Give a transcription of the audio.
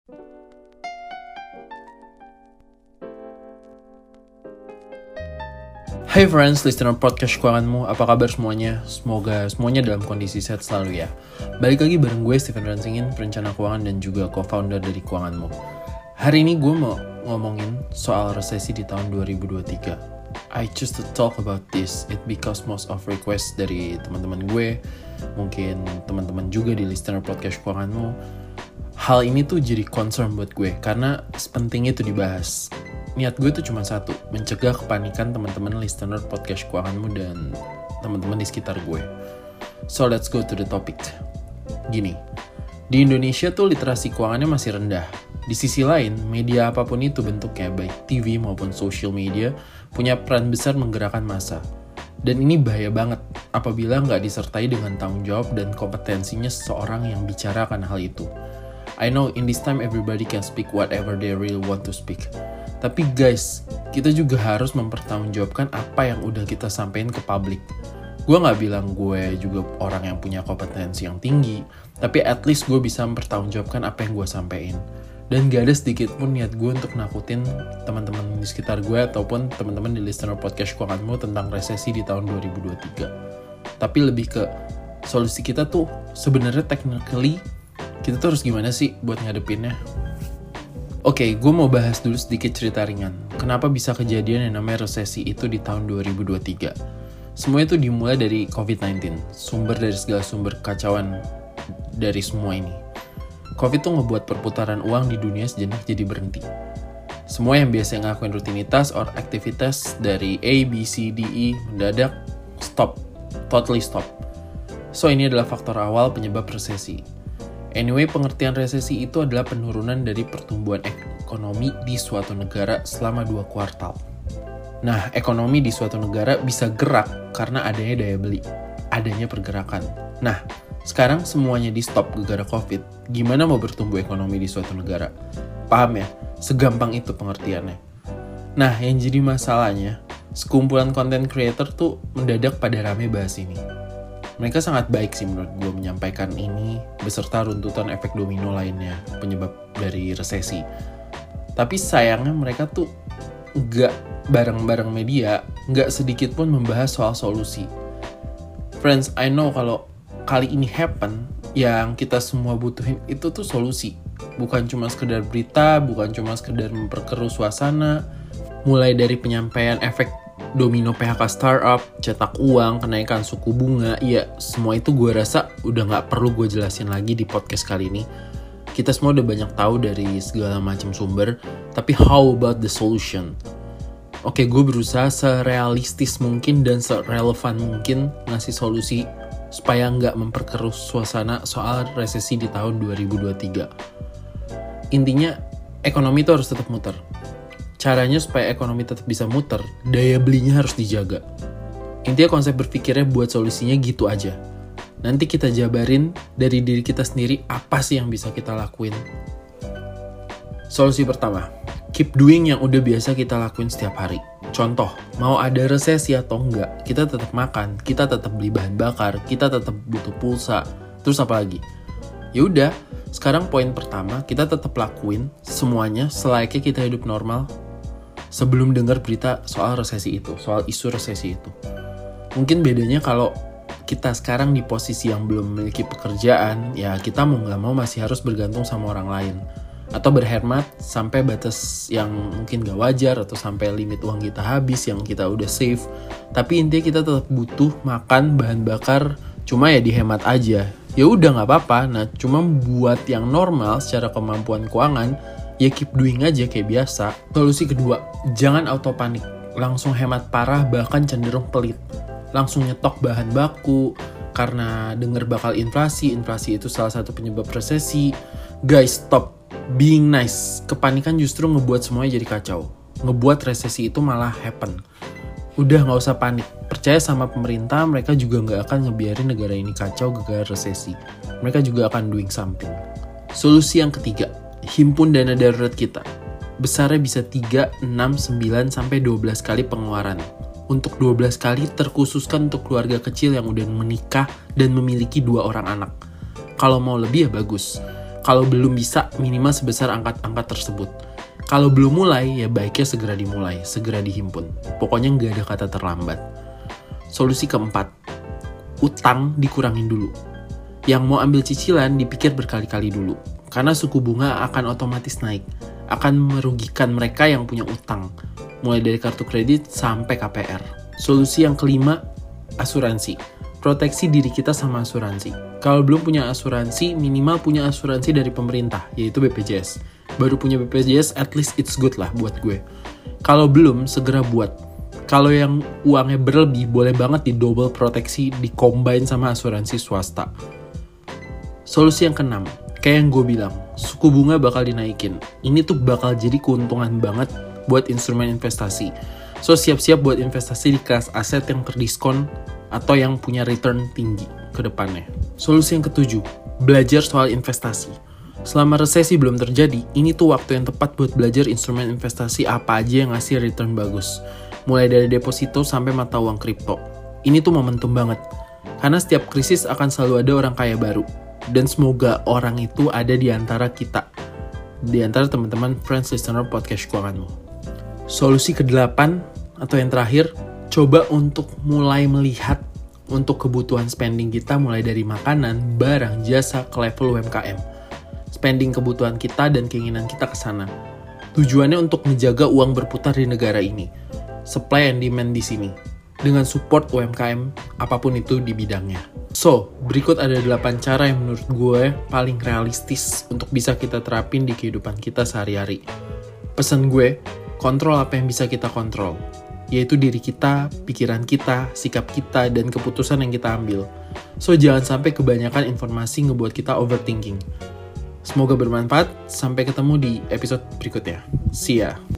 Hai friends, listener podcast keuanganmu, apa kabar semuanya? Semoga semuanya dalam kondisi sehat selalu ya. Balik lagi bareng gue, Steven Ransingin, perencana keuangan dan juga co-founder dari Keuanganmu. Hari ini gue mau ngomongin soal resesi di tahun 2023. I choose to talk about this, it because most of request dari teman-teman gue, mungkin teman-teman juga di listener podcast keuanganmu. Hal ini tuh jadi concern buat gue, karena sepenting itu dibahas. Niat gue tuh cuma satu, mencegah kepanikan teman-teman listener podcast keuanganmu dan teman-teman di sekitar gue. So let's go to the topic. Gini, di Indonesia tuh literasi keuangannya masih rendah. Di sisi lain, media apapun itu bentuknya, baik TV maupun social media, punya peran besar menggerakkan massa. Dan ini bahaya banget apabila nggak disertai dengan tanggung jawab dan kompetensinya seseorang yang bicarakan hal itu. I know in this time everybody can speak whatever they really want to speak. Tapi guys, kita juga harus mempertanggungjawabkan apa yang udah kita sampein ke publik. Gue gak bilang gue juga orang yang punya kompetensi yang tinggi, tapi at least gue bisa mempertanggungjawabkan apa yang gue sampein. Dan gak ada sedikit pun niat gue untuk nakutin teman-teman di sekitar gue ataupun teman-teman di listener podcast keuanganmu tentang resesi di tahun 2023. Tapi lebih ke solusi kita tuh sebenarnya technically kita tuh harus gimana sih buat ngadepinnya. Oke, gue mau bahas dulu sedikit cerita ringan. Kenapa bisa kejadian yang namanya resesi itu di tahun 2023? Semua itu dimulai dari COVID-19, sumber dari segala sumber kekacauan dari semua ini. COVID tuh ngebuat perputaran uang di dunia sejenak jadi berhenti. Semua yang biasa ngelakuin rutinitas or aktivitas dari A, B, C, D, E mendadak stop, totally stop. So ini adalah faktor awal penyebab resesi. Anyway, pengertian resesi itu adalah penurunan dari pertumbuhan ekonomi di suatu negara selama 2 kuartal. Nah, ekonomi di suatu negara bisa gerak karena adanya daya beli, adanya pergerakan. Nah, sekarang semuanya di stop gara-gara COVID. Gimana mau bertumbuh ekonomi di suatu negara? Paham ya? Segampang itu pengertiannya. Nah, yang jadi masalahnya, sekumpulan content creator tuh mendadak pada rame bahas ini. Mereka sangat baik sih menurut gue menyampaikan ini beserta runtutan efek domino lainnya penyebab dari resesi. Tapi sayangnya mereka tuh nggak bareng-bareng media, nggak sedikit pun membahas soal solusi. Friends, I know kalau kali ini happen, yang kita semua butuhin itu tuh solusi. Bukan cuma sekedar berita, bukan cuma sekedar memperkeruh suasana, mulai dari penyampaian efek domino PHK startup, cetak uang, kenaikan suku bunga, ya semua itu gue rasa udah gak perlu gue jelasin lagi di podcast kali ini. Kita semua udah banyak tahu dari segala macam sumber, tapi how about the solution? Oke, gue berusaha serealistis mungkin dan serelevan mungkin ngasih solusi supaya gak memperkeruh suasana soal resesi di tahun 2023. Intinya, ekonomi itu harus tetap muter. Caranya supaya ekonomi tetap bisa muter, daya belinya harus dijaga. Intinya konsep berpikirnya buat solusinya gitu aja. Nanti kita jabarin dari diri kita sendiri apa sih yang bisa kita lakuin. Solusi pertama, keep doing yang udah biasa kita lakuin setiap hari. Contoh, mau ada resesi atau enggak, kita tetap makan, kita tetap beli bahan bakar, kita tetap butuh pulsa, terus apa lagi? Ya udah, sekarang poin pertama, kita tetap lakuin semuanya selayaknya kita hidup normal sebelum dengar berita soal resesi itu, soal isu resesi itu. Mungkin bedanya kalau kita sekarang di posisi yang belum memiliki pekerjaan, ya kita mau gak mau masih harus bergantung sama orang lain. Atau berhemat sampai batas yang mungkin gak wajar, atau sampai limit uang kita habis yang kita udah save. Tapi intinya kita tetap butuh makan bahan bakar, cuma ya dihemat aja. Ya udah gak apa-apa, nah cuma buat yang normal secara kemampuan keuangan, ya keep doing aja kayak biasa. Solusi kedua, jangan auto panik. Langsung hemat parah bahkan cenderung pelit. Langsung nyetok bahan baku karena denger bakal inflasi itu salah satu penyebab resesi. Guys, stop being nice. Kepanikan justru ngebuat semuanya jadi kacau. Ngebuat resesi itu malah happen. Udah gak usah panik. Percaya sama pemerintah, mereka juga gak akan ngebiarin negara ini kacau gara-gara resesi. Mereka juga akan doing something. Solusi yang ketiga, himpun dana darurat kita. Besarnya bisa 3, 6, 9, sampai 12 kali pengeluaran. Untuk 12 kali terkhususkan untuk keluarga kecil yang udah menikah dan memiliki 2 orang anak. Kalau mau lebih ya bagus. Kalau belum bisa, minimal sebesar angka-angka tersebut. Kalau belum mulai, ya baiknya segera dimulai, segera dihimpun. Pokoknya nggak ada kata terlambat. Solusi keempat, utang dikurangin dulu. Yang mau ambil cicilan dipikir berkali-kali dulu. Karena suku bunga akan otomatis naik. Akan merugikan mereka yang punya utang. Mulai dari kartu kredit sampai KPR. Solusi yang kelima, asuransi. Proteksi diri kita sama asuransi. Kalau belum punya asuransi, minimal punya asuransi dari pemerintah, yaitu BPJS. Baru punya BPJS, at least it's good lah buat gue. Kalau belum, segera buat. Kalau yang uangnya berlebih, boleh banget di double proteksi, di combine sama asuransi swasta. Solusi yang keenam, kayak yang gue bilang, suku bunga bakal dinaikin. Ini tuh bakal jadi keuntungan banget buat instrumen investasi. So siap-siap buat investasi di kelas aset yang terdiskon atau yang punya return tinggi ke depannya. Solusi yang ketujuh, belajar soal investasi. Selama resesi belum terjadi, ini tuh waktu yang tepat buat belajar instrumen investasi apa aja yang ngasih return bagus. Mulai dari deposito sampai mata uang kripto. Ini tuh momentum banget. Karena setiap krisis akan selalu ada orang kaya baru. Dan semoga orang itu ada di antara kita. Di antara teman-teman friends listener podcast keuanganmu. Solusi ke-8 atau yang terakhir, coba untuk mulai melihat untuk kebutuhan spending kita mulai dari makanan, barang, jasa ke level UMKM. Spending kebutuhan kita dan keinginan kita ke sana. Tujuannya untuk menjaga uang berputar di negara ini. Supply and demand di sini. Dengan support UMKM apapun itu di bidangnya. So, berikut ada 8 cara yang menurut gue paling realistis untuk bisa kita terapin di kehidupan kita sehari-hari. Pesan gue, kontrol apa yang bisa kita kontrol. Yaitu diri kita, pikiran kita, sikap kita, dan keputusan yang kita ambil. So, jangan sampai kebanyakan informasi ngebuat kita overthinking. Semoga bermanfaat, sampai ketemu di episode berikutnya. See ya!